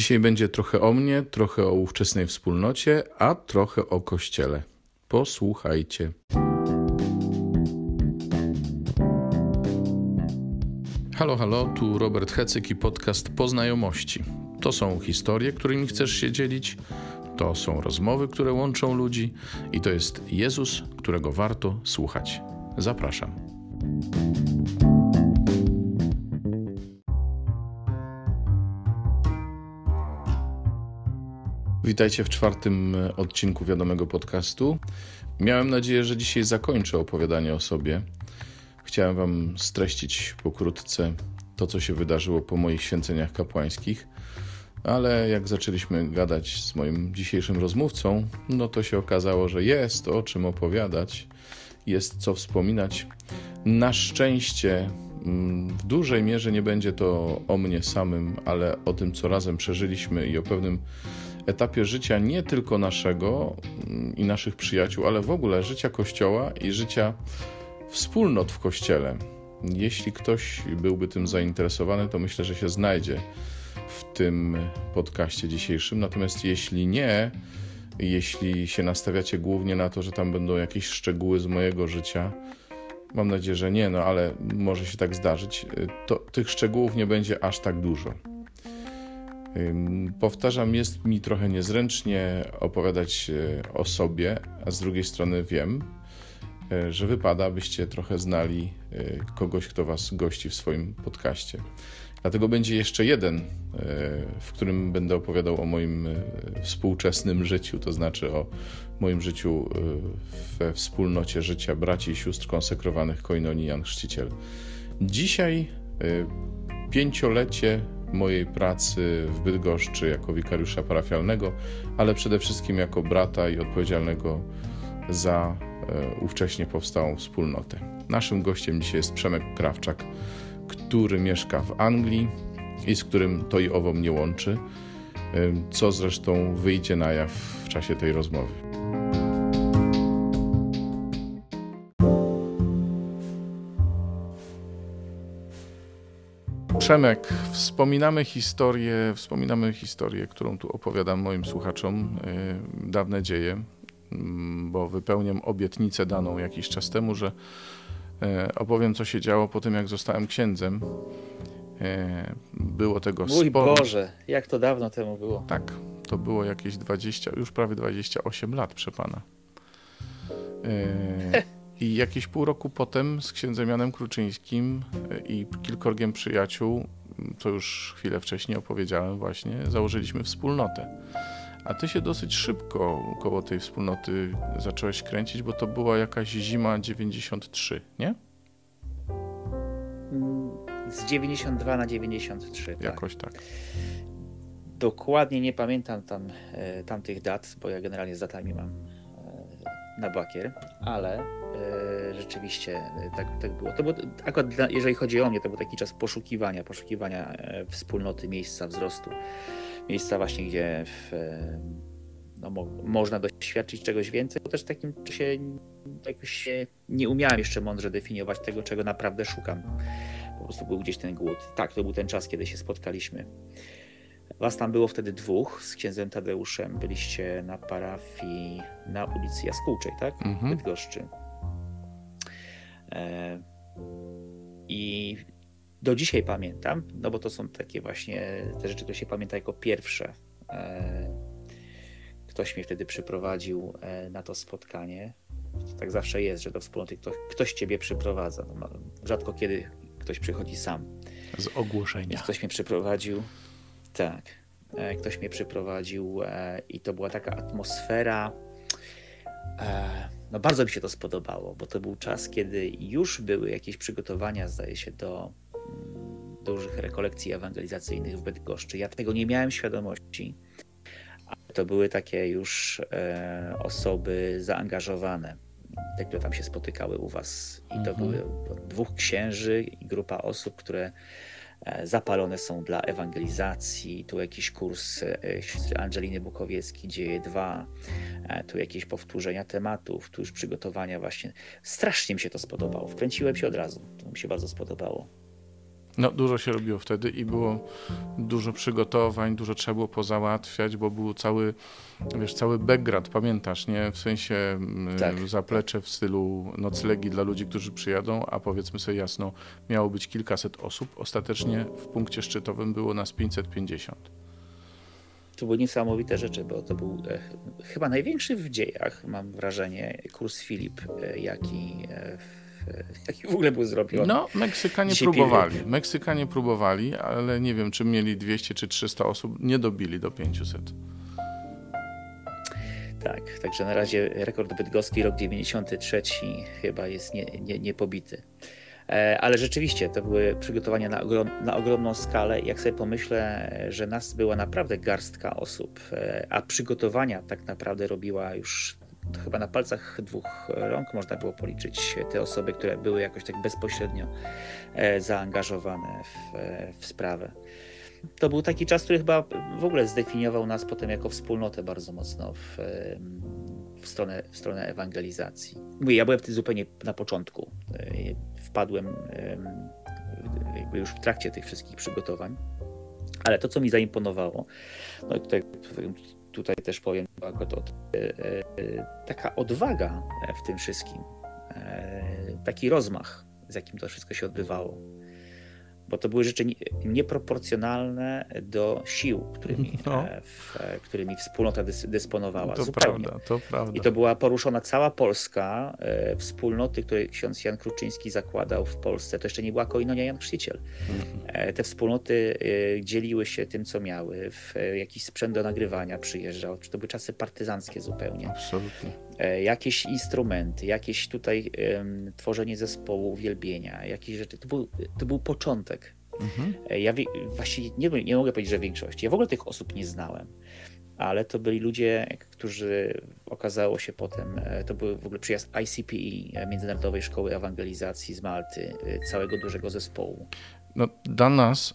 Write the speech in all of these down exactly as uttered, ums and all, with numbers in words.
Dzisiaj będzie trochę o mnie, trochę o ówczesnej wspólnocie, a trochę o Kościele. Posłuchajcie. Halo, halo, tu Robert Hecyk i podcast Poznajomości. To są historie, którymi chcesz się dzielić, to są rozmowy, które łączą ludzi i to jest Jezus, którego warto słuchać. Zapraszam. Witajcie w czwartym odcinku wiadomego podcastu. Miałem nadzieję, że dzisiaj zakończę opowiadanie o sobie. Chciałem wam streścić pokrótce to, co się wydarzyło po moich święceniach kapłańskich, ale jak zaczęliśmy gadać z moim dzisiejszym rozmówcą, no to się okazało, że jest o czym opowiadać, jest co wspominać. Na szczęście w dużej mierze nie będzie to o mnie samym, ale o tym, co razem przeżyliśmy i o pewnym etapie życia nie tylko naszego i naszych przyjaciół, ale w ogóle życia Kościoła i życia wspólnot w Kościele. Jeśli ktoś byłby tym zainteresowany, to myślę, że się znajdzie w tym podcaście dzisiejszym. Natomiast jeśli nie, jeśli się nastawiacie głównie na to, że tam będą jakieś szczegóły z mojego życia, mam nadzieję, że nie, no ale może się tak zdarzyć, to tych szczegółów nie będzie aż tak dużo. Powtarzam, jest mi trochę niezręcznie opowiadać o sobie, a z drugiej strony wiem, że wypada, abyście trochę znali kogoś, kto was gości w swoim podcaście. Dlatego będzie jeszcze jeden, w którym będę opowiadał o moim współczesnym życiu, to znaczy o moim życiu we wspólnocie życia braci i sióstr konsekrowanych Koinonii Jan Chrzciciel. Dzisiaj pięciolecie mojej pracy w Bydgoszczy jako wikariusza parafialnego, ale przede wszystkim jako brata i odpowiedzialnego za ówcześnie powstałą wspólnotę. Naszym gościem dzisiaj jest Przemek Krawczak, który mieszka w Anglii i z którym to i owo mnie łączy, co zresztą wyjdzie na jaw w czasie tej rozmowy. Przemek, wspominamy historię, wspominamy historię, którą tu opowiadam moim słuchaczom, yy, dawne dzieje, yy, bo wypełniam obietnicę daną jakiś czas temu, że yy, opowiem, co się działo po tym, jak zostałem księdzem. Yy, było tego Mój sporo. Boże, jak to dawno temu było. Tak, to było jakieś dwadzieścia, już prawie dwadzieścia osiem lat, przepana. Yy, I jakieś pół roku potem z księdzem Janem Kruczyńskim i kilkorgiem przyjaciół, co już chwilę wcześniej opowiedziałem właśnie, założyliśmy wspólnotę. A ty się dosyć szybko koło tej wspólnoty zacząłeś kręcić, bo to była jakaś zima dziewięćdziesiąt trzy, nie? Z dziewięćdziesiąt dwa na dziewięćdziesiąt trzy. Jakoś tak. tak. Dokładnie nie pamiętam tam, e, tamtych dat, bo ja generalnie z datami mam e, na bakier, ale e, rzeczywiście e, tak, tak było. To było akurat dla, jeżeli chodzi o mnie, to był taki czas poszukiwania, poszukiwania e, wspólnoty, miejsca wzrostu, miejsca właśnie, gdzie w, e, no, mo, można doświadczyć czegoś więcej, bo też w takim czasie jakoś nie umiałem jeszcze mądrze definiować tego, czego naprawdę szukam. Po prostu był gdzieś ten głód. Tak, to był ten czas, kiedy się spotkaliśmy. Was tam było wtedy dwóch z księdzem Tadeuszem. Byliście na parafii na ulicy Jaskółczej, tak? Mhm. W Bydgoszczy. E, I do dzisiaj pamiętam, no bo to są takie właśnie te rzeczy, które się pamięta jako pierwsze. E, ktoś mnie wtedy przyprowadził e, na to spotkanie. To tak zawsze jest, że do wspólnoty ktoś, ktoś ciebie przyprowadza. No, rzadko kiedy ktoś przychodzi sam. Z ogłoszenia. Więc ktoś mnie przyprowadził. Tak. Ktoś mnie przyprowadził e, i to była taka atmosfera. E, no bardzo mi się to spodobało, bo to był czas, kiedy już były jakieś przygotowania, zdaje się, do mm, dużych rekolekcji ewangelizacyjnych w Bydgoszczy. Ja tego nie miałem świadomości, ale to były takie już e, osoby zaangażowane, te, które tam się spotykały u was. I to mhm. były dwóch księży i grupa osób, które zapalone są dla ewangelizacji. Tu jakiś kurs siostry Angeliny Bukowieckiej, Dzieje dwa, tu jakieś powtórzenia tematów, tu już przygotowania właśnie. Strasznie mi się to spodobało. Wkręciłem się od razu. To mi się bardzo spodobało. No, dużo się robiło wtedy i było dużo przygotowań, dużo trzeba było pozałatwiać, bo był cały, wiesz, cały background, pamiętasz, nie? W sensie Tak, zaplecze w stylu noclegi dla ludzi, którzy przyjadą, a powiedzmy sobie jasno, miało być kilkaset osób. Ostatecznie w punkcie szczytowym było nas pięćset pięćdziesiąt. to były niesamowite rzeczy, bo to był e, chyba największy w dziejach, mam wrażenie, kurs Filip, e, jaki, e, w, jaki w ogóle był zrobiony. No, Meksykanie Dzisiaj próbowali. Meksykanie próbowali, ale nie wiem, czy mieli dwieście czy trzysta osób, nie dobili do pięciuset. Tak, także na razie rekord bydgoski, rok dziewięćdziesiąty trzeci chyba jest nie, nie, niepobity. E, ale rzeczywiście to były przygotowania na, ogrom, na ogromną skalę. Jak sobie pomyślę, że nas była naprawdę garstka osób, e, a przygotowania tak naprawdę robiła już to chyba na palcach dwóch rąk można było policzyć te osoby, które były jakoś tak bezpośrednio e, zaangażowane w, e, w sprawę. To był taki czas, który chyba w ogóle zdefiniował nas potem jako wspólnotę bardzo mocno w, w, stronę, w stronę ewangelizacji. Mówię, ja byłem wtedy zupełnie na początku. Wpadłem jakby już w trakcie tych wszystkich przygotowań, ale to, co mi zaimponowało, no tutaj, tutaj też powiem akurat o taka odwaga w tym wszystkim, taki rozmach, z jakim to wszystko się odbywało. Bo to były rzeczy nieproporcjonalne do sił, którymi, no. w, którymi wspólnota dys, dysponowała. To zupełnie. prawda, to prawda. I to była poruszona cała Polska, e, wspólnoty, które ksiądz Jan Kruczyński zakładał w Polsce. To jeszcze nie była Koinonia Jan Chrzciciel. E, te wspólnoty e, dzieliły się tym, co miały. W, e, jakiś sprzęt do nagrywania przyjeżdżał. To były czasy partyzanckie zupełnie. Absolutnie. E, jakieś instrumenty, jakieś tutaj e, tworzenie zespołu, uwielbienia, jakieś rzeczy. To był, to był początek. Mhm. Ja wie, właściwie nie, nie mogę powiedzieć, że większość. Ja w ogóle tych osób nie znałem, ale to byli ludzie, którzy okazało się potem, to był w ogóle przyjazd I C P E, Międzynarodowej Szkoły Ewangelizacji z Malty, całego dużego zespołu. No, dla nas,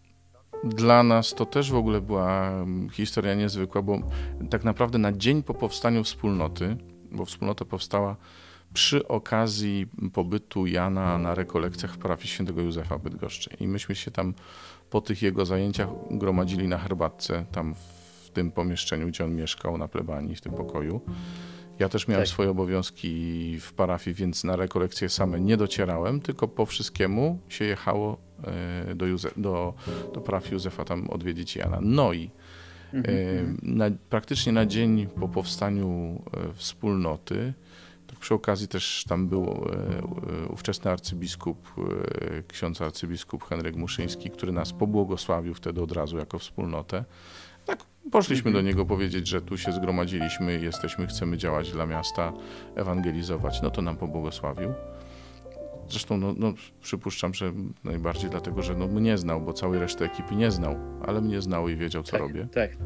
dla nas to też w ogóle była historia niezwykła, bo tak naprawdę na dzień po powstaniu wspólnoty, bo wspólnota powstała przy okazji pobytu Jana na rekolekcjach w parafii Świętego Józefa w Bydgoszczy. I myśmy się tam po tych jego zajęciach gromadzili na herbatce, tam w tym pomieszczeniu, gdzie on mieszkał, na plebanii, w tym pokoju. Ja też miałem tak. swoje obowiązki w parafii, więc na rekolekcje same nie docierałem, tylko po wszystkiemu się jechało do, Józef, do, do parafii Józefa tam odwiedzić Jana. No i mhm. na, praktycznie na dzień po powstaniu wspólnoty, tak przy okazji też tam był e, ówczesny arcybiskup, e, ksiądz arcybiskup Henryk Muszyński, który nas pobłogosławił wtedy od razu jako wspólnotę. Tak, poszliśmy do niego powiedzieć, że tu się zgromadziliśmy, jesteśmy, chcemy działać dla miasta, ewangelizować. No to nam pobłogosławił. Zresztą no, no, przypuszczam, że najbardziej dlatego, że no, mnie znał, bo całej reszty ekipy nie znał, ale mnie znał i wiedział, co tak, robię. Tak.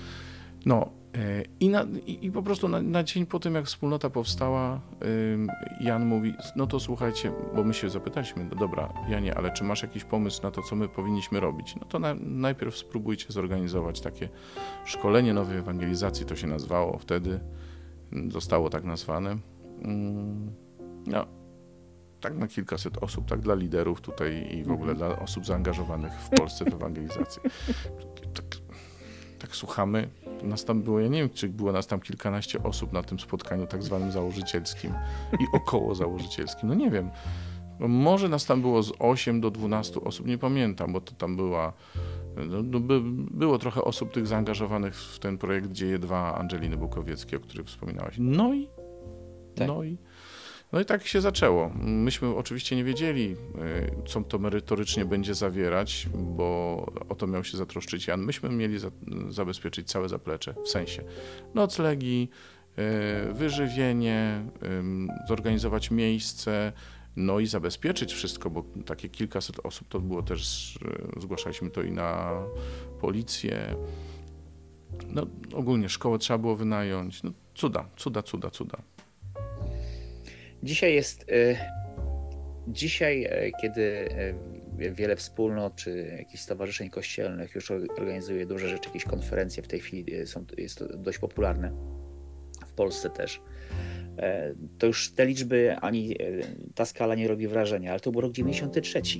No i, na, i, i po prostu na, na dzień po tym, jak wspólnota powstała, Jan mówi, no to słuchajcie, bo my się zapytaliśmy, no dobra, Janie, ale czy masz jakiś pomysł na to, co my powinniśmy robić? No to na, najpierw spróbujcie zorganizować takie szkolenie nowej ewangelizacji, to się nazywało wtedy, zostało tak nazwane. No, tak na kilkaset osób, tak dla liderów tutaj i w ogóle dla osób zaangażowanych w Polsce w ewangelizację. Tak, tak słuchamy, nas tam było, ja nie wiem, czy było nas tam kilkanaście osób na tym spotkaniu tak zwanym założycielskim i około założycielskim, no nie wiem. Może nas tam było z osiem do dwunastu osób, nie pamiętam, bo to tam była, no, by, było trochę osób tych zaangażowanych w ten projekt Dzieje dwa Angeliny Bukowieckiej, o której wspominałaś. No i, tak. no i No i tak się zaczęło. Myśmy oczywiście nie wiedzieli, co to merytorycznie będzie zawierać, bo o to miał się zatroszczyć Jan. Myśmy mieli za, zabezpieczyć całe zaplecze, w sensie noclegi, wyżywienie, zorganizować miejsce, no i zabezpieczyć wszystko, bo takie kilkaset osób to było też, zgłaszaliśmy to i na policję. No ogólnie szkołę trzeba było wynająć. No, cuda, cuda, cuda, cuda. Dzisiaj jest, dzisiaj, kiedy wiele wspólnot czy jakichś stowarzyszeń kościelnych już organizuje duże rzeczy, jakieś konferencje w tej chwili są, jest to dość popularne, w Polsce też, to już te liczby ani ta skala nie robi wrażenia, ale to był rok dziewięćdziesiąty trzeci.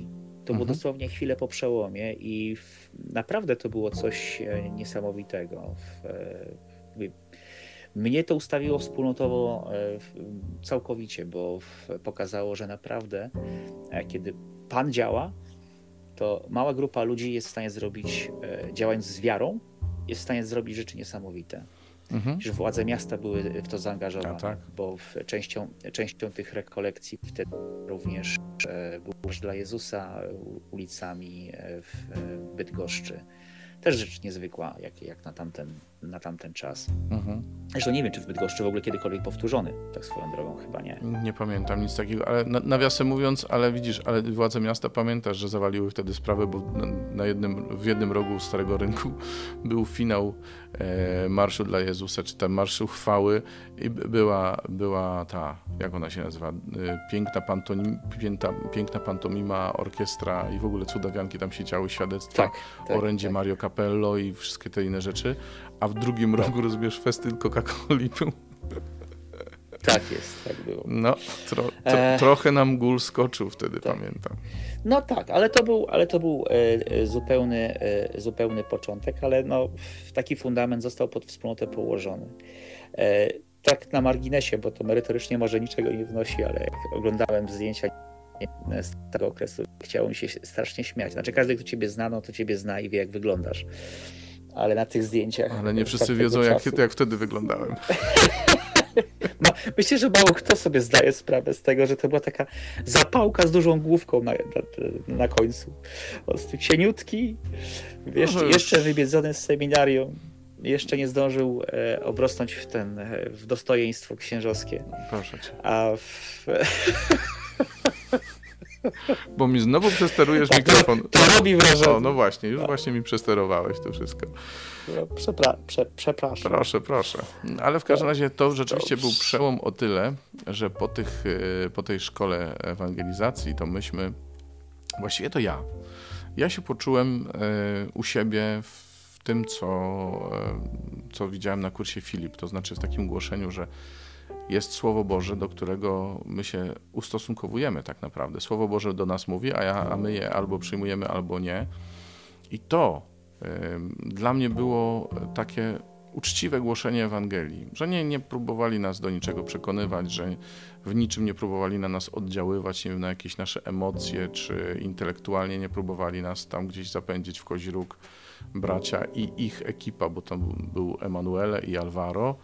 To było Mhm. dosłownie chwilę po przełomie i w, naprawdę to było coś e, niesamowitego. W, e, mówię, mnie to ustawiło wspólnotowo e, w, całkowicie, bo w, pokazało, że naprawdę e, kiedy Pan działa, to mała grupa ludzi jest w stanie zrobić, e, działając z wiarą, jest w stanie zrobić rzeczy niesamowite. Mhm. Że władze miasta były w to A zaangażowane, tak. bo w częścią, częścią tych rekolekcji wtedy również e, był Marsz dla Jezusa ulicami e, w e, Bydgoszczy. Też rzecz niezwykła, jak, jak na, tamten, na tamten czas. Mhm. Zresztą nie wiem, czy w Bydgoszczy w ogóle kiedykolwiek powtórzony, tak swoją drogą, chyba nie. Nie pamiętam nic takiego, ale na, nawiasem mówiąc, ale widzisz, ale władze miasta pamiętasz, że zawaliły wtedy sprawę, bo na, na jednym, w jednym rogu Starego Rynku był finał e, Marszu dla Jezusa, czy tam Marszu Chwały i była, była ta, jak ona się nazywa, e, piękna, pantonim, piękna, piękna pantomima, orkiestra i w ogóle cudawianki tam się działy, świadectwa, Tak, tak, orędzie tak. Mario Capello i wszystkie te inne rzeczy, a w drugim rogu, rozumiesz, festyn Coca-Coli był. Tak jest, tak było. No, tro, tro, E, trochę nam gól skoczył wtedy, tak. pamiętam. No tak, ale to był, ale to był e, e, zupełny, e, zupełny początek, ale no, w taki fundament został pod wspólnotę położony. E, tak na marginesie, bo to merytorycznie może niczego nie wnosi, ale jak oglądałem zdjęcia z tego okresu, chciało mi się strasznie śmiać. Znaczy każdy, kto ciebie zna, no to ciebie zna i wie, jak wyglądasz. Ale na tych zdjęciach... Ale nie wszyscy tamtego wiedzą, jak, czasu- jak wtedy wyglądałem. No, myślę, że mało kto sobie zdaje sprawę z tego, że to była taka zapałka z dużą główką na, na, na końcu. Po prostu cieniutki, jeszcze, Może już- jeszcze wybiedzony z seminarium, jeszcze nie zdążył e, obrosnąć w ten, e, w dostojeństwo księżowskie. Proszę cię. A w, Bo mi znowu przesterujesz Tak, mikrofon. to robi wrażenie. O, no właśnie, już właśnie mi przesterowałeś to wszystko. no, przepra, prze, przepraszam. Proszę, proszę. Ale w każdym razie to rzeczywiście był przełom o tyle, że po, tych, y, po tej szkole ewangelizacji to myśmy, właściwie to ja, ja się poczułem y, u siebie w tym, co, y, co widziałem na kursie Filip, to znaczy w takim głoszeniu, że jest Słowo Boże, do którego my się ustosunkowujemy tak naprawdę. Słowo Boże do nas mówi, a, ja, a my je albo przyjmujemy, albo nie. I to y, dla mnie było takie uczciwe głoszenie Ewangelii, że nie, nie próbowali nas do niczego przekonywać, że w niczym nie próbowali na nas oddziaływać, nie wiem, na jakieś nasze emocje, czy intelektualnie nie próbowali nas tam gdzieś zapędzić w kozi róg bracia i ich ekipa, bo tam był Emanuele i Alvaro.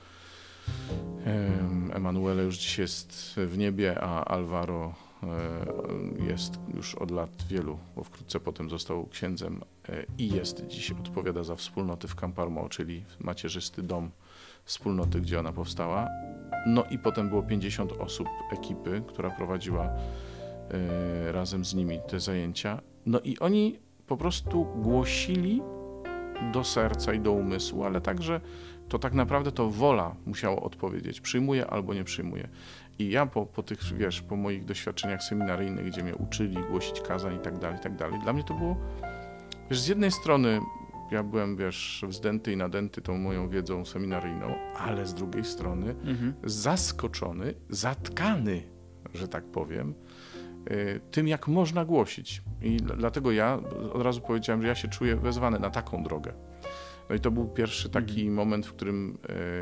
Emanuele już dziś jest w niebie, a Alvaro jest już od lat wielu, bo wkrótce potem został księdzem i jest dziś, odpowiada za wspólnoty w Camparmo, czyli macierzysty dom wspólnoty, gdzie ona powstała. No i potem było pięćdziesiąt osób ekipy, która prowadziła razem z nimi te zajęcia. No i oni po prostu głosili do serca i do umysłu, ale także to tak naprawdę to wola musiała odpowiedzieć, przyjmuje albo nie przyjmuje. I ja po, po tych, wiesz, po moich doświadczeniach seminaryjnych, gdzie mnie uczyli głosić kazań i tak dalej, i tak dalej, dla mnie to było, wiesz, z jednej strony ja byłem, wiesz, wzdęty i nadęty tą moją wiedzą seminaryjną, ale z drugiej strony Mhm. zaskoczony, zatkany, że tak powiem, tym, jak można głosić. I dlatego ja od razu powiedziałem, że ja się czuję wezwany na taką drogę. No i to był pierwszy taki mhm. moment, w którym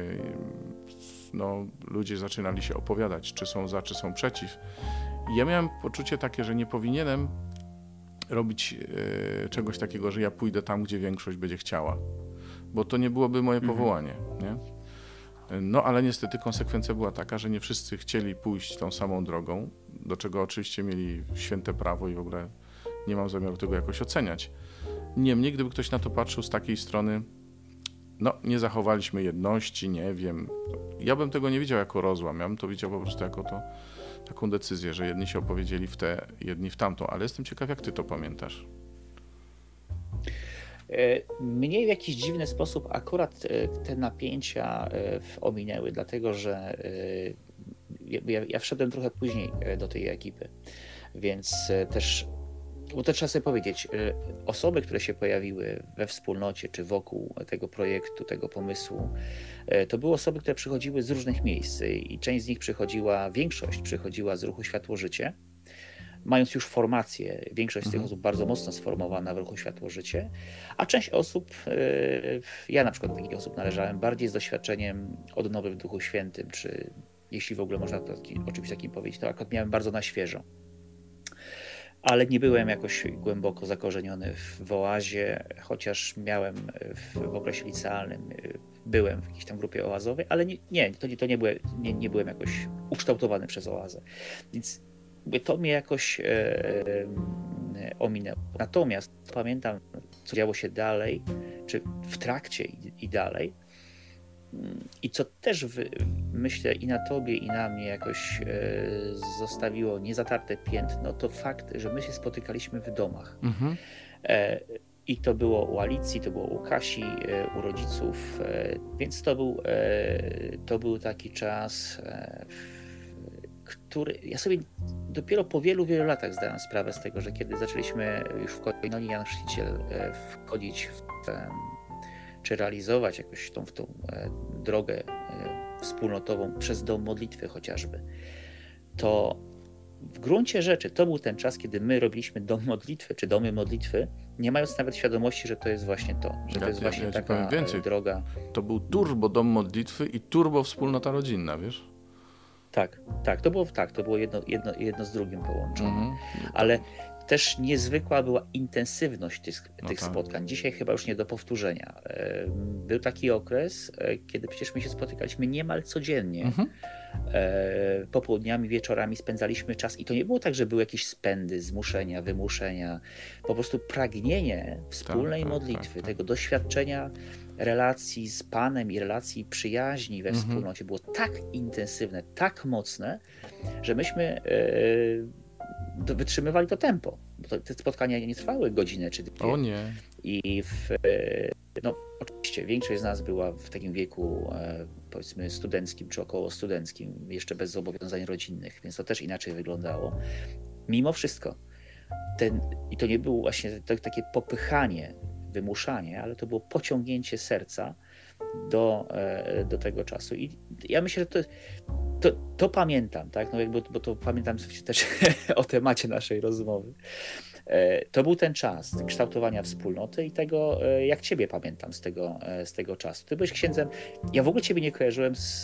no, ludzie zaczynali się opowiadać, czy są za, czy są przeciw. I ja miałem poczucie takie, że nie powinienem robić czegoś takiego, że ja pójdę tam, gdzie większość będzie chciała. Bo to nie byłoby moje mhm. powołanie, nie? No ale niestety konsekwencja była taka, że nie wszyscy chcieli pójść tą samą drogą, do czego oczywiście mieli święte prawo i w ogóle nie mam zamiaru tego jakoś oceniać. Niemniej, gdyby ktoś na to patrzył z takiej strony, no nie zachowaliśmy jedności, nie wiem, ja bym tego nie widział jako rozłam, ja bym to widział po prostu jako to, taką decyzję, że jedni się opowiedzieli w tę, jedni w tamtą, ale jestem ciekaw, jak ty to pamiętasz. Mnie w jakiś dziwny sposób akurat te napięcia ominęły, dlatego że ja, ja wszedłem trochę później do tej ekipy, więc też, bo to trzeba sobie powiedzieć, osoby, które się pojawiły we wspólnocie czy wokół tego projektu, tego pomysłu, to były osoby, które przychodziły z różnych miejsc i część z nich przychodziła, większość przychodziła z ruchu Światło Życie. mając już formację, większość z tych Mhm. osób bardzo mocno sformowana w ruchu Światło-Życie, a część osób, ja na przykład do takich osób należałem, bardziej z doświadczeniem odnowy w Duchu Świętym, czy jeśli w ogóle można o czymś takim powiedzieć, to akurat miałem bardzo na świeżo. Ale nie byłem jakoś głęboko zakorzeniony w oazie, chociaż miałem w, w okresie licealnym, byłem w jakiejś tam grupie oazowej, ale nie, nie to, nie, to nie, byłem, nie, nie byłem jakoś ukształtowany przez oazę. Więc to mnie jakoś e, e, ominęło. Natomiast pamiętam, co działo się dalej, czy w trakcie i, i dalej. I co też w, myślę i na tobie, i na mnie jakoś e, zostawiło niezatarte piętno, to fakt, że my się spotykaliśmy w domach. Mhm. E, I to było u Alicji, to było u Kasi, e, u rodziców, e, więc to był, e, to był taki czas, e, który ja sobie dopiero po wielu, wielu latach zdałem sprawę z tego, że kiedy zaczęliśmy już w Koinonii Jan Chrzciciel e, wchodzić w e, czy realizować jakoś tą, w tą e, drogę e, wspólnotową przez dom modlitwy chociażby, to w gruncie rzeczy to był ten czas, kiedy my robiliśmy dom modlitwy, czy domy modlitwy, nie mając nawet świadomości, że to jest właśnie to, że Ja, to jest ja, właśnie ja taka więcej. droga. To był turbo dom modlitwy i turbo wspólnota rodzinna, wiesz? Tak, tak, to było tak, to było jedno, jedno, jedno z drugim połączone. Mhm. Ale też niezwykła była intensywność tych, No tych tak. spotkań. Dzisiaj chyba już nie do powtórzenia. Był taki okres, kiedy przecież my się spotykaliśmy niemal codziennie. Mhm. Popołudniami, wieczorami spędzaliśmy czas i to nie było tak, że były jakieś spędy, zmuszenia, wymuszenia. Po prostu pragnienie wspólnej tak, modlitwy, tak, tak. tego doświadczenia relacji z Panem i relacji przyjaźni we Mhm. wspólnocie było tak intensywne, tak mocne, że myśmy e, wytrzymywali to tempo. Bo to, te spotkania nie trwały godzinę czy dwie. O nie. I w, no, oczywiście większość z nas była w takim wieku e, powiedzmy studenckim czy około studenckim, jeszcze bez zobowiązań rodzinnych, więc to też inaczej wyglądało. Mimo wszystko ten, i to nie było właśnie to, takie popychanie, wymuszanie, ale to było pociągnięcie serca do, e, do tego czasu. I ja myślę, że to, to, to pamiętam, tak? No jakby, bo to pamiętam też o temacie naszej rozmowy. To był ten czas kształtowania wspólnoty i tego, jak ciebie pamiętam z tego, z tego czasu. Ty byłeś księdzem, ja w ogóle ciebie nie kojarzyłem z,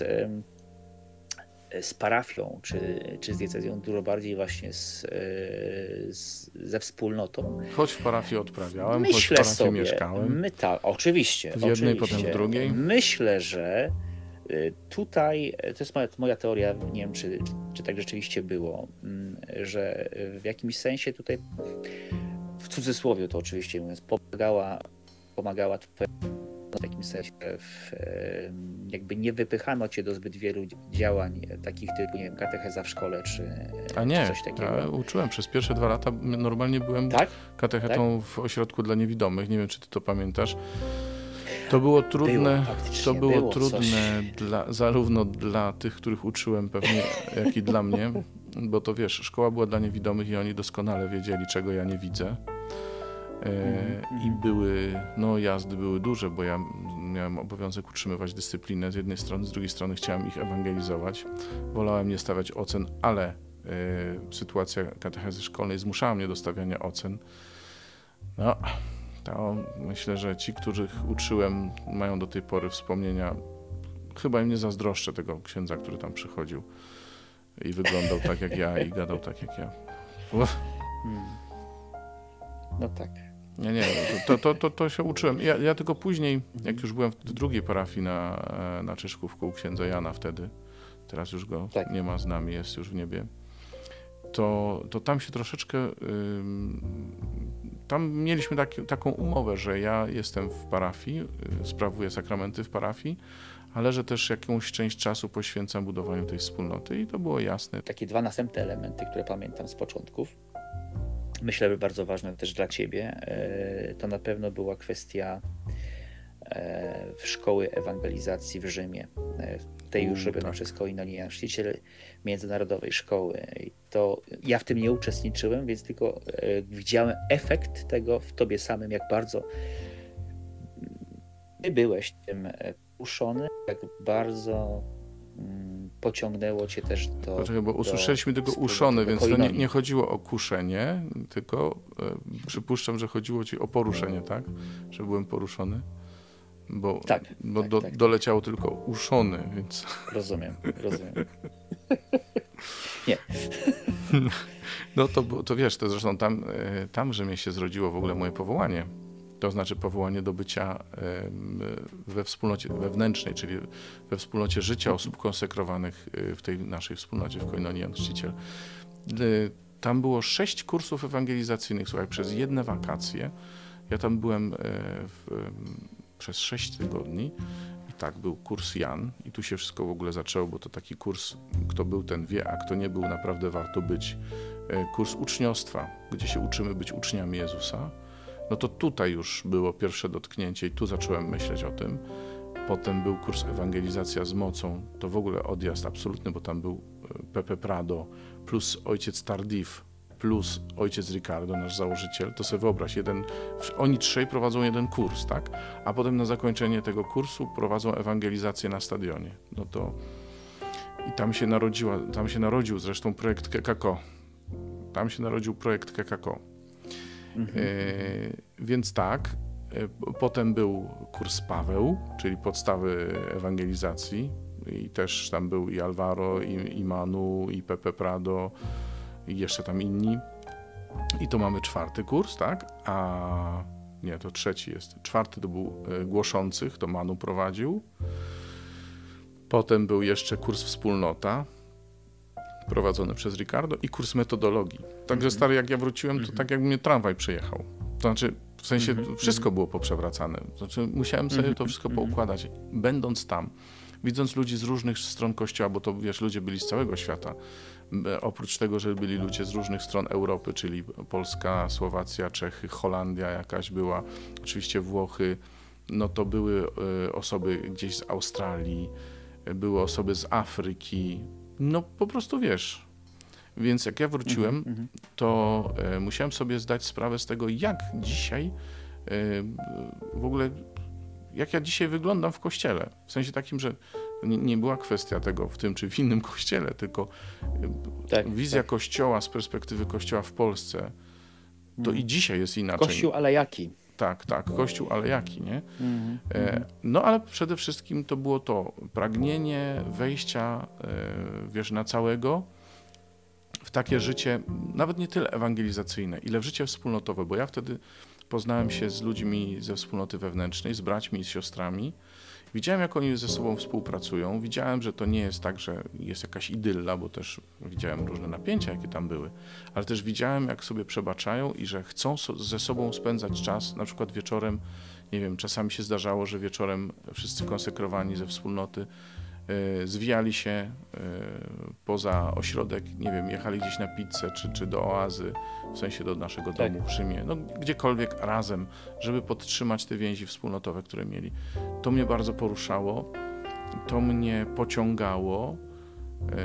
z parafią, czy, czy z diecezją, dużo bardziej właśnie z, z, ze wspólnotą. Choć w parafii odprawiałem, Myślę choć w parafii sobie, mieszkałem. My ta, oczywiście. W jednej, oczywiście. potem w drugiej. Myślę, że tutaj, to jest moja, moja teoria, nie wiem, czy, czy tak rzeczywiście było, że w jakimś sensie tutaj, w cudzysłowie to oczywiście mówiąc, pomagała, pomagała w takim sensie, w, jakby nie wypychano cię do zbyt wielu działań takich typu, nie wiem, katecheza w szkole, czy, A nie, czy coś takiego. ja uczyłem przez pierwsze dwa lata, normalnie byłem Tak? katechetą tak? w ośrodku dla niewidomych, nie wiem, czy ty to pamiętasz. To było trudne, było, to było, było trudne dla, zarówno dla tych, których uczyłem pewnie, jak i dla mnie, bo to wiesz, szkoła była dla niewidomych i oni doskonale wiedzieli, czego ja nie widzę. E, I były, no jazdy były duże, bo ja miałem obowiązek utrzymywać dyscyplinę z jednej strony, z drugiej strony chciałem ich ewangelizować. Wolałem nie stawiać ocen, ale e, sytuacja katechezy szkolnej zmuszała mnie do stawiania ocen. No, to myślę, że ci, których uczyłem, mają do tej pory wspomnienia. Chyba im nie zazdroszczę tego księdza, który tam przychodził i wyglądał tak jak ja i gadał tak jak ja. Uff. Hmm. No tak. Nie, nie, to, to, to, to się uczyłem. Ja, ja tylko później, jak już byłem w drugiej parafii na, na Czyszkówku u księdza Jana wtedy, teraz już go tak. nie ma z nami, jest już w niebie, to, to tam się troszeczkę, ym, tam mieliśmy taki, taką umowę, że ja jestem w parafii, y, sprawuję sakramenty w parafii, ale że też jakąś część czasu poświęcam budowaniu tej wspólnoty i to było jasne. Takie dwa następne elementy, które pamiętam z początków, myślę, że bardzo ważne też dla ciebie, to na pewno była kwestia szkoły ewangelizacji w Rzymie, tej już robionej tak. przez Koinonię Jan Chrzciciel, międzynarodowej szkoły. I to ja w tym nie uczestniczyłem, więc tylko widziałem efekt tego w tobie samym, jak bardzo ty byłeś tym puszczony, jak bardzo pociągnęło cię też do... Poczekaj, bo do usłyszeliśmy tego uszony, więc to nie, nie chodziło o kuszenie, tylko e, przypuszczam, że chodziło ci o poruszenie, tak? Że byłem poruszony? Bo, tak, bo tak, do, tak. doleciało tylko uszony, więc... Rozumiem, rozumiem. Nie. No to, to wiesz, to zresztą tam, tam, że mnie się zrodziło w ogóle moje powołanie. To znaczy powołanie do bycia we wspólnocie wewnętrznej, czyli we wspólnocie życia osób konsekrowanych w tej naszej wspólnocie w Koinonii Jan Chrzciciel. Tam było sześć kursów ewangelizacyjnych, słuchaj, przez jedne wakacje. Ja tam byłem w, przez sześć tygodni. I tak, był kurs Jan i tu się wszystko w ogóle zaczęło, bo to taki kurs, kto był, ten wie, a kto nie był, naprawdę warto być. Kurs uczniostwa, gdzie się uczymy być uczniami Jezusa. No to tutaj już było pierwsze dotknięcie i tu zacząłem myśleć o tym. Potem był kurs Ewangelizacja z mocą, to w ogóle odjazd absolutny, bo tam był Pepe Prado plus ojciec Tardif plus ojciec Ricardo, nasz założyciel. To sobie wyobraź, jeden, oni trzej prowadzą jeden kurs, tak? A potem na zakończenie tego kursu prowadzą ewangelizację na stadionie. No to i tam się narodziła, tam się narodził zresztą projekt K K K. Tam się narodził projekt K K K. Mhm. E, więc tak, e, potem był kurs Paweł, czyli podstawy ewangelizacji i też tam był i Alvaro, i, i Manu, i Pepe Prado, i jeszcze tam inni. I to mamy czwarty kurs, tak? A nie, to trzeci jest. Czwarty to był e, głoszących, to Manu prowadził. Potem był jeszcze kurs Wspólnota, prowadzony przez Ricardo i kurs metodologii. Także mm-hmm. stary, jak ja wróciłem, to mm-hmm. tak jakby mnie tramwaj przejechał. To znaczy, w sensie mm-hmm. wszystko było poprzewracane. To znaczy, musiałem sobie mm-hmm. to wszystko mm-hmm. poukładać. Będąc tam, widząc ludzi z różnych stron Kościoła, bo to wiesz, ludzie byli z całego świata. Oprócz tego, że byli ludzie z różnych stron Europy, czyli Polska, Słowacja, Czechy, Holandia jakaś była, oczywiście Włochy, no to były y, osoby gdzieś z Australii, były osoby z Afryki, no po prostu wiesz. Więc jak ja wróciłem, mm-hmm. to e, musiałem sobie zdać sprawę z tego, jak dzisiaj e, w ogóle, jak ja dzisiaj wyglądam w kościele. W sensie takim, że nie, nie była kwestia tego w tym czy w innym kościele, tylko tak, wizja tak. kościoła z perspektywy kościoła w Polsce, to mm. i dzisiaj jest inaczej. Kościół, ale jaki? Tak, tak, Kościół, ale jaki, nie? Mm-hmm. E, no ale przede wszystkim to było to pragnienie wejścia, e, wiesz, na całego w takie życie, nawet nie tyle ewangelizacyjne, ile w życie wspólnotowe, bo ja wtedy poznałem się z ludźmi ze wspólnoty wewnętrznej, z braćmi i z siostrami. Widziałem, jak oni ze sobą współpracują. Widziałem, że to nie jest tak, że jest jakaś idylla, bo też widziałem różne napięcia, jakie tam były, ale też widziałem, jak sobie przebaczają i że chcą so- ze sobą spędzać czas, na przykład wieczorem, nie wiem, czasami się zdarzało, że wieczorem wszyscy konsekrowani ze wspólnoty y, zwijali się y, poza ośrodek, nie wiem, jechali gdzieś na pizzę, czy, czy do oazy, w sensie do naszego tak. domu w Rzymie, no gdziekolwiek razem, żeby podtrzymać te więzi wspólnotowe, które mieli. To mnie bardzo poruszało, to mnie pociągało yy,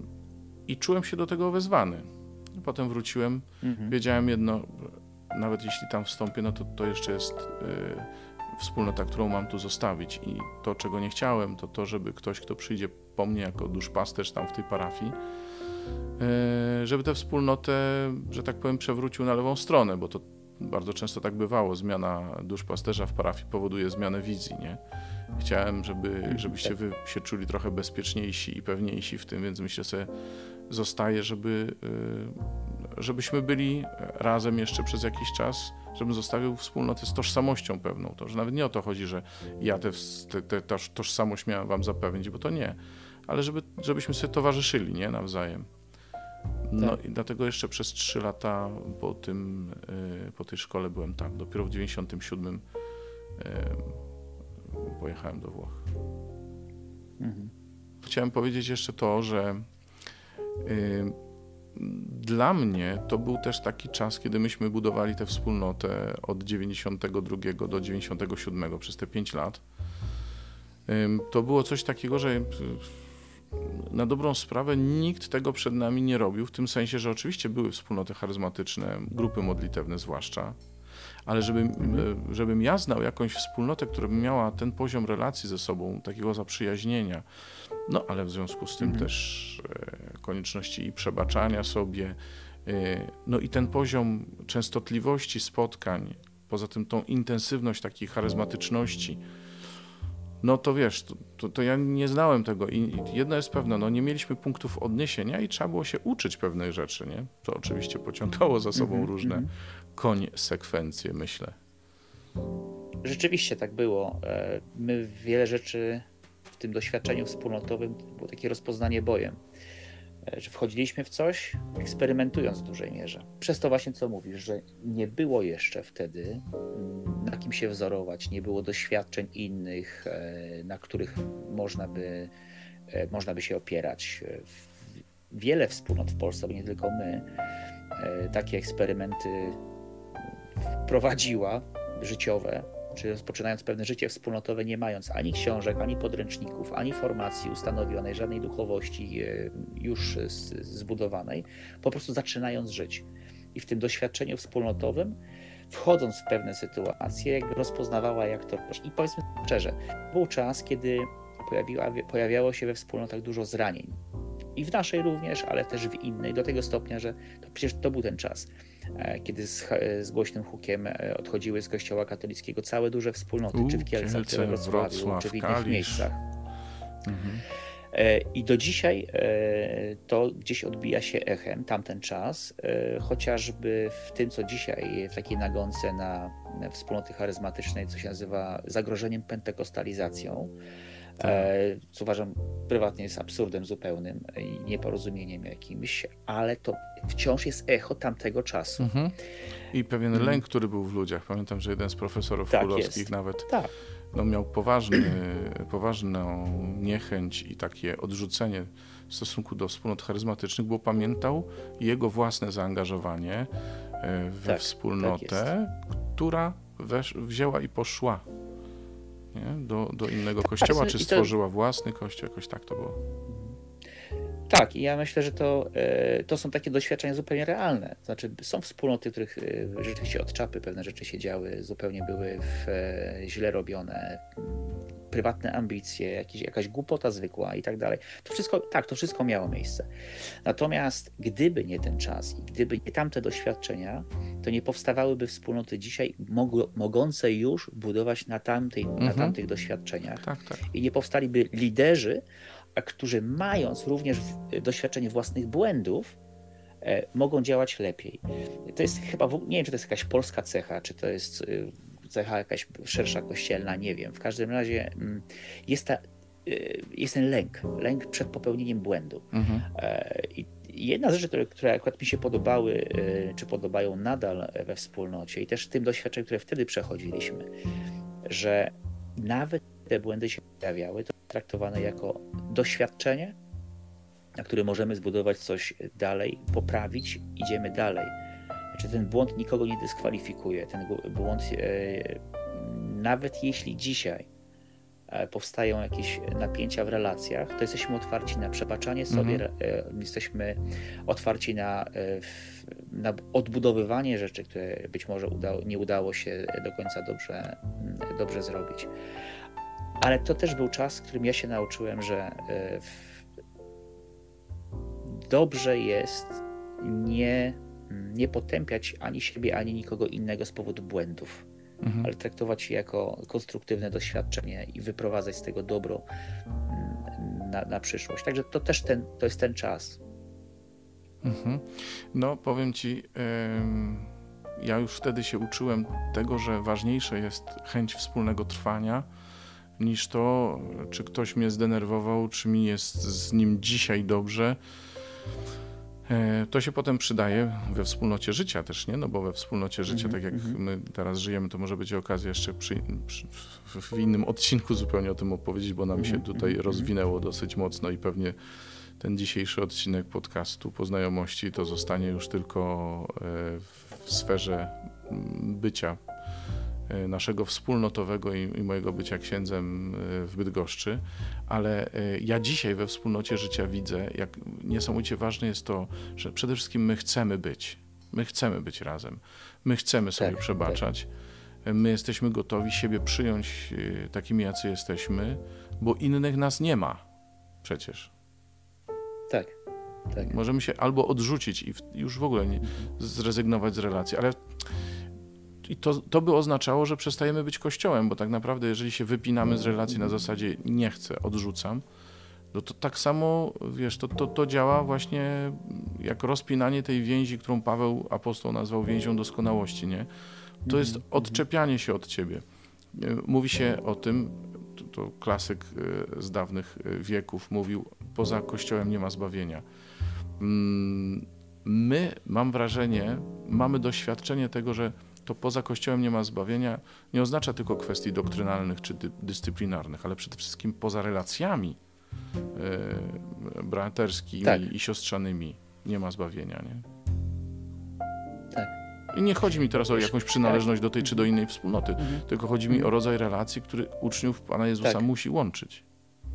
i czułem się do tego wezwany. Potem wróciłem, mhm. wiedziałem jedno, nawet jeśli tam wstąpię, no to to jeszcze jest yy, wspólnota, którą mam tu zostawić i to, czego nie chciałem, to to, żeby ktoś, kto przyjdzie po mnie jako duszpasterz tam w tej parafii, yy, żeby tę wspólnotę, że tak powiem, przewrócił na lewą stronę, bo to bardzo często tak bywało. Zmiana duszpasterza w parafii powoduje zmianę wizji, nie? Chciałem, żeby, żebyście wy się czuli trochę bezpieczniejsi i pewniejsi w tym, więc myślę sobie, zostaje, żeby, żebyśmy byli razem jeszcze przez jakiś czas, żebym zostawił wspólnotę z tożsamością pewną. To, że nawet nie o to chodzi, że ja tę te, te, te, tożsamość miałem wam zapewnić, bo to nie, ale żeby, żebyśmy sobie towarzyszyli, nie? Nawzajem. No tak. I dlatego jeszcze przez trzy lata po tym, po tej szkole byłem tam. Dopiero w dziewięćdziesiątym siódmym pojechałem do Włoch. Mhm. Chciałem powiedzieć jeszcze to, że y, dla mnie to był też taki czas, kiedy myśmy budowali tę wspólnotę od dziewięćdziesiątego drugiego do dziewięćdziesiątego siódmego przez te pięć lat. Y, to było coś takiego, że y, na dobrą sprawę nikt tego przed nami nie robił, w tym sensie, że oczywiście były wspólnoty charyzmatyczne, grupy modlitewne zwłaszcza, ale żebym, żebym ja znał jakąś wspólnotę, która by miała ten poziom relacji ze sobą, takiego zaprzyjaźnienia, no ale w związku z tym mhm. też e, konieczności i przebaczania sobie, e, no i ten poziom częstotliwości spotkań, poza tym tą intensywność takiej charyzmatyczności, no to wiesz, to, to, to ja nie znałem tego i, i jedno jest pewne, no nie mieliśmy punktów odniesienia i trzeba było się uczyć pewnych rzeczy, nie? To oczywiście pociągało za sobą mm-hmm, różne mm-hmm. konsekwencje, myślę. Rzeczywiście tak było. My wiele rzeczy w tym doświadczeniu wspólnotowym, to było takie rozpoznanie bojem, że wchodziliśmy w coś, eksperymentując w dużej mierze. Przez to właśnie, co mówisz, że nie było jeszcze wtedy na kim się wzorować, nie było doświadczeń innych, na których można by, można by się opierać. Wiele wspólnot w Polsce, bo nie tylko my, takie eksperymenty prowadziła, życiowe, czy rozpoczynając pewne życie wspólnotowe, nie mając ani książek, ani podręczników, ani formacji ustanowionej, żadnej duchowości już zbudowanej, po prostu zaczynając żyć. I w tym doświadczeniu wspólnotowym, wchodząc w pewne sytuacje, rozpoznawała, jak to... I powiedzmy szczerze, był czas, kiedy pojawiła, pojawiało się we wspólnotach dużo zranień. I w naszej również, ale też w innej, do tego stopnia, że to przecież to był ten czas, kiedy z, z głośnym hukiem odchodziły z kościoła katolickiego całe duże wspólnoty, U, czy w Kielcach, czy we Wrocławiu, Wrocław, czy w innych Kalisz. miejscach. Mhm. I do dzisiaj to gdzieś odbija się echem, tamten czas, chociażby w tym, co dzisiaj w takiej nagonce na wspólnoty charyzmatycznej, co się nazywa zagrożeniem pentekostalizacją, tak. co uważam prywatnie jest absurdem zupełnym i nieporozumieniem jakimś, ale to wciąż jest echo tamtego czasu. Mhm. I pewien mhm. lęk, który był w ludziach. Pamiętam, że jeden z profesorów tak królewskich jest. nawet tak. no, miał poważny, poważną niechęć i takie odrzucenie w stosunku do wspólnot charyzmatycznych, bo pamiętał jego własne zaangażowanie we tak, wspólnotę, tak która wesz, wzięła i poszła nie? Do, do innego kościoła, czy stworzyła własny kościół, jakoś tak to było. Tak, i ja myślę, że to, to są takie doświadczenia zupełnie realne. Znaczy, są wspólnoty, w których rzeczywiście od czapy pewne rzeczy się działy, zupełnie były w, źle robione, prywatne ambicje, jakieś, jakaś głupota zwykła i tak dalej. To wszystko, tak, to wszystko miało miejsce. Natomiast gdyby nie ten czas i gdyby nie tamte doświadczenia, to nie powstawałyby wspólnoty dzisiaj mogło, mogące już budować na, tamtej, mhm. na tamtych doświadczeniach. Tak, tak. I nie powstaliby liderzy, a którzy mając również doświadczenie własnych błędów, e, mogą działać lepiej. To jest chyba, nie wiem, czy to jest jakaś polska cecha, czy to jest y, cecha jakaś szersza kościelna, nie wiem. W każdym razie mm, jest, ta, y, jest ten lęk, lęk przed popełnieniem błędu. Mhm. E, i jedna z rzeczy, które, które akurat mi się podobały, y, czy podobają nadal we wspólnocie i też w tym doświadczeniu, które wtedy przechodziliśmy, że nawet te błędy się pojawiały, to traktowane jako doświadczenie, na którym możemy zbudować coś dalej, poprawić, idziemy dalej. Znaczy ten błąd nikogo nie dyskwalifikuje. Ten błąd, e, nawet jeśli dzisiaj e, powstają jakieś napięcia w relacjach, to jesteśmy otwarci na przebaczanie sobie, mhm. e, jesteśmy otwarci na, e, na odbudowywanie rzeczy, które być może udało, nie udało się do końca dobrze, dobrze zrobić. Ale to też był czas, w którym ja się nauczyłem, że dobrze jest nie, nie potępiać ani siebie, ani nikogo innego z powodu błędów, mhm. ale traktować je jako konstruktywne doświadczenie i wyprowadzać z tego dobro na, na przyszłość. Także to też ten, to jest ten czas. Mhm. No powiem ci, yy, ja już wtedy się uczyłem tego, że ważniejsze jest chęć wspólnego trwania, niż to, czy ktoś mnie zdenerwował, czy mi jest z nim dzisiaj dobrze. To się potem przydaje we wspólnocie życia też, nie? No bo we wspólnocie życia, mm-hmm. tak jak my teraz żyjemy, to może być okazja jeszcze przy, przy, w innym odcinku zupełnie o tym opowiedzieć, bo nam mm-hmm. się tutaj mm-hmm. rozwinęło dosyć mocno i pewnie ten dzisiejszy odcinek podcastu Po znajomości to zostanie już tylko w sferze bycia naszego wspólnotowego i, i mojego bycia księdzem w Bydgoszczy, ale ja dzisiaj we wspólnocie życia widzę, jak niesamowicie ważne jest to, że przede wszystkim my chcemy być. My chcemy być razem. My chcemy sobie tak, przebaczać. Tak. My jesteśmy gotowi siebie przyjąć takimi, jacy jesteśmy, bo innych nas nie ma przecież. Tak. Tak. Możemy się albo odrzucić i w, już w ogóle nie, zrezygnować z relacji, ale i to, to by oznaczało, że przestajemy być Kościołem, bo tak naprawdę jeżeli się wypinamy z relacji na zasadzie nie chcę, odrzucam, no to tak samo, wiesz, to, to, to działa właśnie jak rozpinanie tej więzi, którą Paweł apostoł nazwał więzią doskonałości, nie? To jest odczepianie się od ciebie. Mówi się o tym, to, to klasyk z dawnych wieków mówił, poza Kościołem nie ma zbawienia. My, mam wrażenie, mamy doświadczenie tego, że to poza Kościołem nie ma zbawienia, nie oznacza tylko kwestii doktrynalnych czy dy, dyscyplinarnych, ale przede wszystkim poza relacjami e, braterskimi tak. i siostrzanymi nie ma zbawienia, nie? Tak. I nie chodzi mi teraz o jakąś przynależność do tej czy do innej wspólnoty, mhm. tylko chodzi mi o rodzaj relacji, który uczniów Pana Jezusa tak. musi łączyć.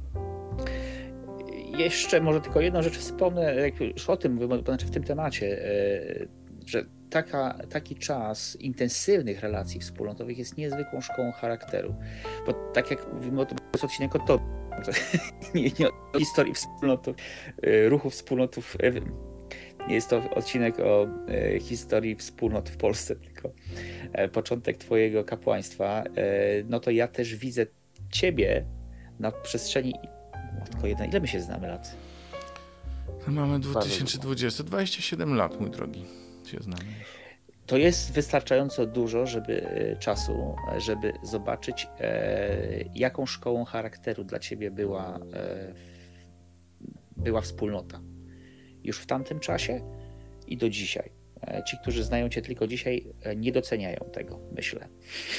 Jeszcze może tylko jedną rzecz wspomnę, jak już o tym mówię, znaczy w tym temacie, że taka, taki czas intensywnych relacji wspólnotowych jest niezwykłą szkołą charakteru. Bo tak jak mówimy o tym, to jest odcinek o tobie, nie, nie o historii wspólnotów, ruchu wspólnotów, nie jest to odcinek o historii wspólnot w Polsce, tylko początek twojego kapłaństwa, no to ja też widzę ciebie na przestrzeni tylko jedna. Ile my się znamy lat? Mamy dwa tysiące dwudziesty, dwadzieścia siedem lat, mój drogi, się znamy. To jest wystarczająco dużo, żeby czasu, żeby zobaczyć, e, jaką szkołą charakteru dla ciebie była, e, była wspólnota. Już w tamtym czasie i do dzisiaj. E, ci, którzy znają cię tylko dzisiaj, e, nie doceniają tego, myślę.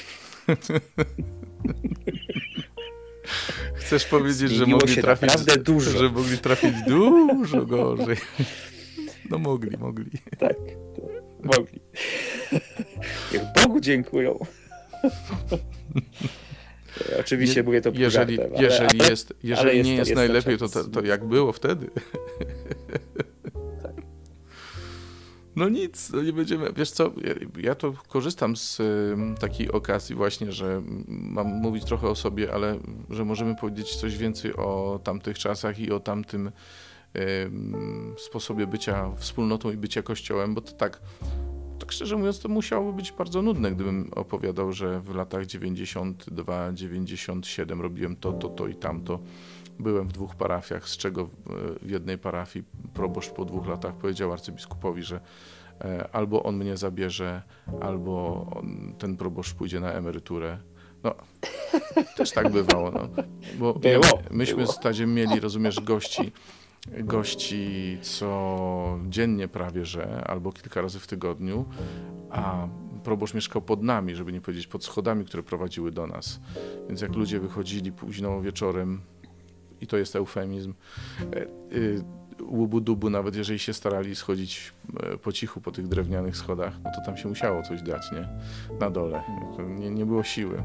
Chcesz powiedzieć, że mogli, trafić, dużo. że mogli trafić dużo gorzej. No mogli, mogli. Tak, tak mogli. Niech Bogu dziękują. Oczywiście Nie, mówię to jeżeli, żartem, ale, jeżeli, ale, jest, jeżeli ale jest nie jest, jest najlepiej, to, to, to jak było wtedy? Tak. No nic, no nie będziemy, wiesz co, ja, ja to korzystam z um, takiej okazji właśnie, że mam mówić trochę o sobie, ale że możemy powiedzieć coś więcej o tamtych czasach i o tamtym um, sposobie bycia wspólnotą i bycia Kościołem, bo to tak, tak szczerze mówiąc, to musiałoby być bardzo nudne, gdybym opowiadał, że w latach dziewięćdziesiąt dwa dziewięćdziesiąt siedem robiłem to, to, to i tamto. Byłem w dwóch parafiach, z czego w jednej parafii proboszcz po dwóch latach powiedział arcybiskupowi, że albo on mnie zabierze, albo on, ten proboszcz pójdzie na emeryturę. No, też tak bywało. No. Bo było, myśmy było. z Tadziem mieli, rozumiesz, gości, gości codziennie prawie, że, albo kilka razy w tygodniu, a proboszcz mieszkał pod nami, żeby nie powiedzieć pod schodami, które prowadziły do nas. Więc jak ludzie wychodzili późno wieczorem, i to jest eufemizm, łubu-dubu, nawet jeżeli się starali schodzić po cichu po tych drewnianych schodach, no to tam się musiało coś dać, nie? Na dole. Nie, nie było siły.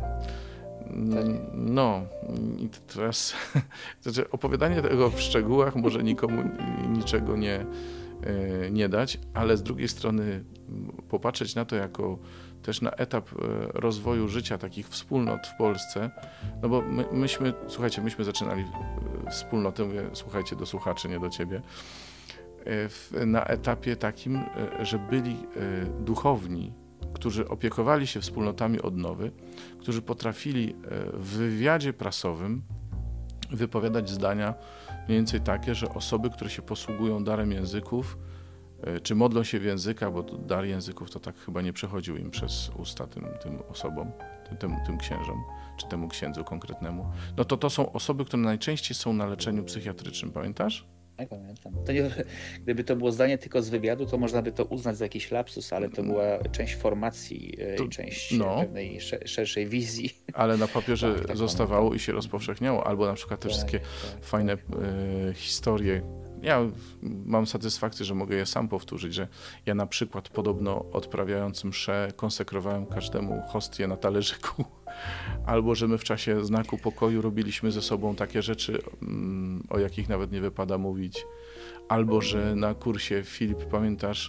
No i teraz znaczy opowiadanie tego w szczegółach może nikomu niczego nie, nie dać, ale z drugiej strony popatrzeć na to jako też na etap rozwoju życia takich wspólnot w Polsce, no bo my, myśmy, słuchajcie, myśmy zaczynali wspólnotę, mówię, słuchajcie, do słuchaczy, nie do ciebie, na etapie takim, że byli duchowni, którzy opiekowali się wspólnotami odnowy, którzy potrafili w wywiadzie prasowym wypowiadać zdania mniej więcej takie, że osoby, które się posługują darem języków, czy modlą się w językach, bo dar języków to tak chyba nie przechodził im przez usta tym, tym osobom, tym, tym, tym księżom, czy temu księdzu konkretnemu, no to to są osoby, które najczęściej są na leczeniu psychiatrycznym, pamiętasz? Ja pamiętam. To nie, gdyby to było zdanie tylko z wywiadu, to można by to uznać za jakiś lapsus, ale to była część formacji to, i część no. pewnej szerszej wizji. Ale na papierze tak, tak zostawało pamiętam. I się rozpowszechniało, albo na przykład te tak, wszystkie tak, fajne tak. E, historie. Ja mam satysfakcję, że mogę je sam powtórzyć, że ja na przykład podobno odprawiając mszę konsekrowałem każdemu hostię na talerzyku, albo że my w czasie znaku pokoju robiliśmy ze sobą takie rzeczy, o jakich nawet nie wypada mówić, albo że na kursie, Filip, pamiętasz,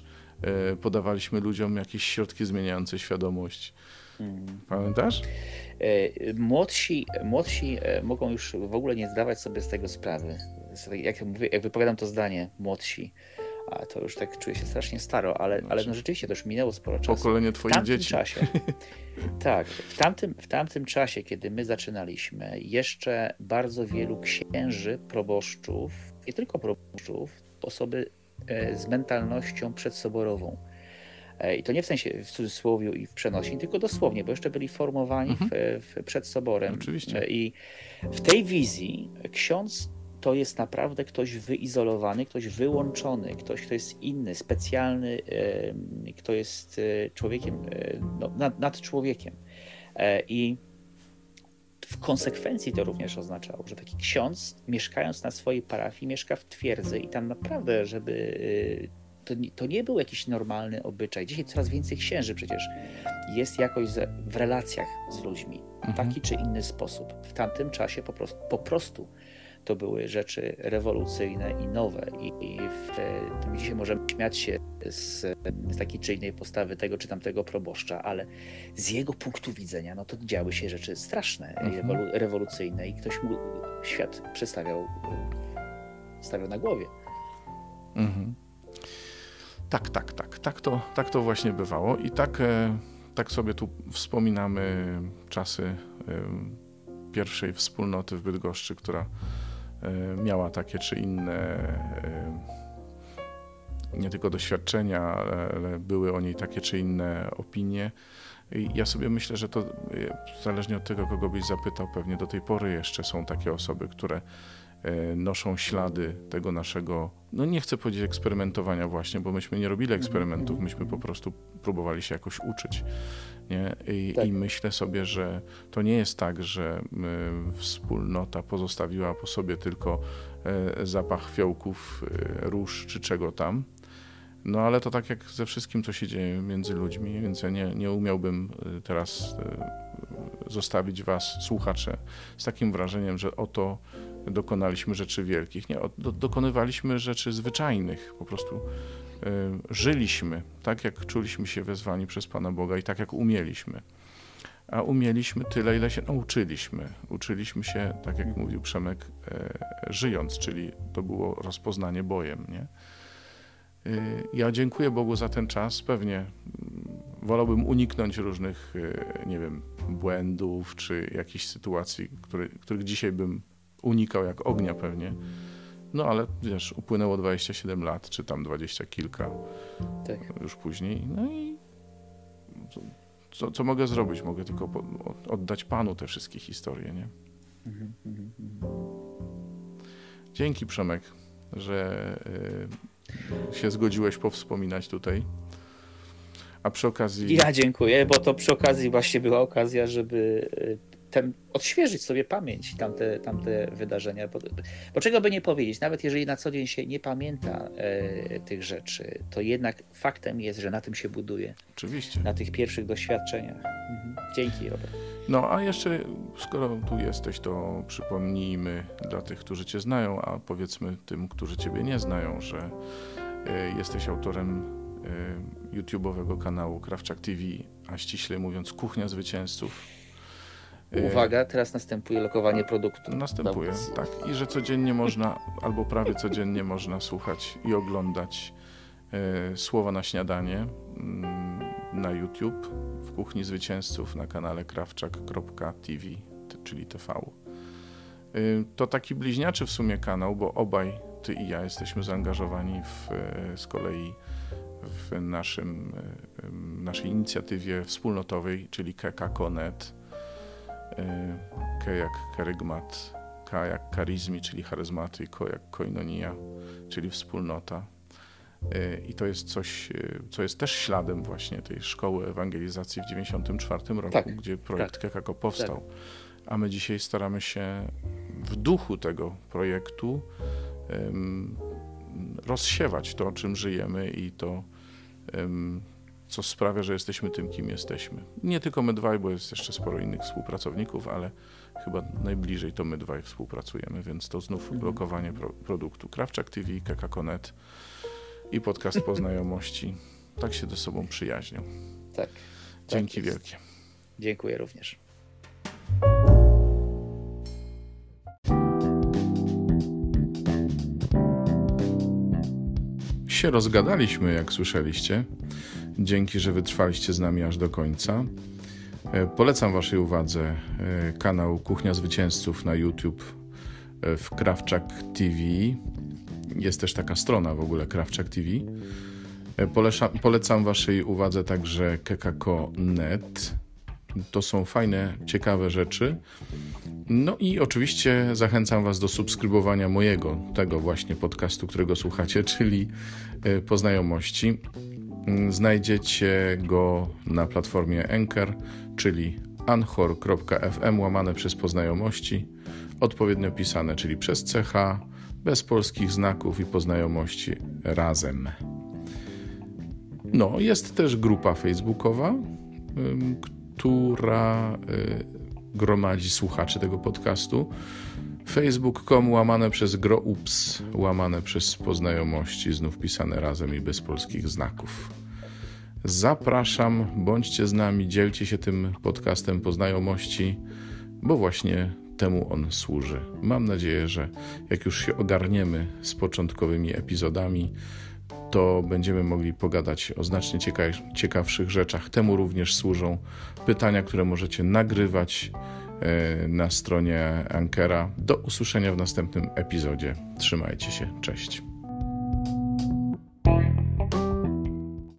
podawaliśmy ludziom jakieś środki zmieniające świadomość. Mm. Pamiętasz? Młodsi, młodsi mogą już w ogóle nie zdawać sobie z tego sprawy. Jak mówię, jak wypowiadam to zdanie, młodsi, a to już tak czuję się strasznie staro, ale, znaczy, ale no rzeczywiście to już minęło sporo czasu. Pokolenie twoich dzieci. Czasie, tak, w tamtym, w tamtym czasie, kiedy my zaczynaliśmy, jeszcze bardzo wielu księży, proboszczów, nie tylko proboszczów, osoby z mentalnością przedsoborową. I to nie w sensie w cudzysłowie i w przenośni, tylko dosłownie, bo jeszcze byli formowani mhm. w, w, przed soborem. Oczywiście. I w tej wizji ksiądz to jest naprawdę ktoś wyizolowany, ktoś wyłączony, ktoś, kto jest inny, specjalny, kto jest człowiekiem, no, nad, nad człowiekiem. I w konsekwencji to również oznaczało, że taki ksiądz, mieszkając na swojej parafii, mieszka w twierdzy i tam naprawdę, żeby... To nie, to nie był jakiś normalny obyczaj. Dzisiaj coraz więcej księży przecież jest jakoś w relacjach z ludźmi w mhm. taki czy inny sposób. W tamtym czasie po prostu, po prostu to były rzeczy rewolucyjne i nowe. I, i w, dzisiaj możemy śmiać się z, z takiej czy innej postawy tego czy tamtego proboszcza, ale z jego punktu widzenia no to działy się rzeczy straszne, mhm. rewolu, rewolucyjne i ktoś mu świat przedstawiał, stawiał na głowie. Mhm. Tak, tak, tak. Tak to, tak to właśnie bywało i tak, tak sobie tu wspominamy czasy pierwszej wspólnoty w Bydgoszczy, która miała takie czy inne nie tylko doświadczenia, ale, ale były o niej takie czy inne opinie. I ja sobie myślę, że to zależnie od tego, kogo byś zapytał, pewnie do tej pory jeszcze są takie osoby, które noszą ślady tego naszego, no nie chcę powiedzieć eksperymentowania właśnie, bo myśmy nie robili eksperymentów, myśmy po prostu próbowali się jakoś uczyć. Nie? I, tak. I myślę sobie, że to nie jest tak, że wspólnota pozostawiła po sobie tylko zapach fiołków, róż czy czego tam. No ale to tak jak ze wszystkim, co się dzieje między ludźmi, więc ja nie, nie umiałbym teraz zostawić was, słuchacze, z takim wrażeniem, że oto dokonaliśmy rzeczy wielkich. Nie, do, dokonywaliśmy rzeczy zwyczajnych, po prostu y, żyliśmy tak, jak czuliśmy się wezwani przez Pana Boga i tak, jak umieliśmy. A umieliśmy tyle, ile się nauczyliśmy. Uczyliśmy się, tak jak mówił Przemek, y, żyjąc, czyli to było rozpoznanie bojem, nie? Ja dziękuję Bogu za ten czas. Pewnie wolałbym uniknąć różnych, nie wiem, błędów czy jakichś sytuacji, który, których dzisiaj bym unikał jak ognia pewnie. No ale wiesz, upłynęło dwadzieścia siedem lat, czy tam dwadzieścia kilka tak. już później. No i co, co mogę zrobić? Mogę tylko po, oddać Panu te wszystkie historie, nie? Mhm, mhm, mhm. Dzięki, Przemek, że y, się zgodziłeś powspominać tutaj. A przy okazji... Ja dziękuję, bo to przy okazji właśnie była okazja, żeby ten, odświeżyć sobie pamięć tamte, tamte wydarzenia. Bo, bo czego by nie powiedzieć, nawet jeżeli na co dzień się nie pamięta e, tych rzeczy, to jednak faktem jest, że na tym się buduje. Oczywiście. Na tych pierwszych doświadczeniach. Mhm. Dzięki, Robert. No a jeszcze, skoro tu jesteś, to przypomnijmy dla tych, którzy Cię znają, a powiedzmy tym, którzy Ciebie nie znają, że y, jesteś autorem y, YouTube'owego kanału Krawczak T V, a ściśle mówiąc Kuchnia Zwycięzców. Uwaga, teraz następuje lokowanie produktu. Następuje, tak. I że codziennie można, albo prawie codziennie można słuchać i oglądać y, Słowa na śniadanie y, na YouTube w Kuchni Zwycięzców na kanale krawczak kropka t v, czyli T V. Y, to taki bliźniaczy w sumie kanał, bo obaj, ty i ja, jesteśmy zaangażowani w, y, z kolei w naszym, y, naszej inicjatywie wspólnotowej, czyli K K kropka net. K jak karygmat, K jak karizmi, czyli charyzmaty, Ko jak koinonia, czyli wspólnota. I to jest coś, co jest też śladem właśnie tej szkoły ewangelizacji w dziewięćdziesiątym czwartym roku, tak, gdzie projekt tak, K K K powstał. Tak. A my dzisiaj staramy się w duchu tego projektu um, rozsiewać to, czym żyjemy i to um, co sprawia, że jesteśmy tym, kim jesteśmy. Nie tylko my dwaj, bo jest jeszcze sporo innych współpracowników, ale chyba najbliżej to my dwaj współpracujemy, więc to znów mhm. lokowanie pro, produktu. Krawczak T V, K K kropka net i podcast Po Znajomości. tak się ze sobą przyjaźnią. Tak. Dzięki tak wielkie. Dziękuję również. Się rozgadaliśmy, jak słyszeliście. Dzięki, że wytrwaliście z nami aż do końca. Polecam waszej uwadze kanał Kuchnia Zwycięzców na YouTube w Krawczak T V. Jest też taka strona w ogóle Krawczak T V. Polecam, polecam waszej uwadze także kekako kropka net. To są fajne, ciekawe rzeczy. No i oczywiście zachęcam was do subskrybowania mojego, tego właśnie podcastu, którego słuchacie, czyli Poznajomości. Znajdziecie go na platformie Anchor, czyli anchor kropka f m łamane przez Poznajomości, odpowiednio pisane, czyli przez C H, bez polskich znaków i Poznajomości razem. No, jest też grupa facebookowa, która gromadzi słuchaczy tego podcastu. facebook kropka com łamane przez groups, łamane przez Poznajomości, znów pisane razem i bez polskich znaków. Zapraszam, bądźcie z nami, dzielcie się tym podcastem Poznajomości, bo właśnie temu on służy. Mam nadzieję, że jak już się ogarniemy z początkowymi epizodami, to będziemy mogli pogadać o znacznie cieka- ciekawszych rzeczach. Temu również służą pytania, które możecie nagrywać e, na stronie Anchora. Do usłyszenia w następnym epizodzie. Trzymajcie się. Cześć.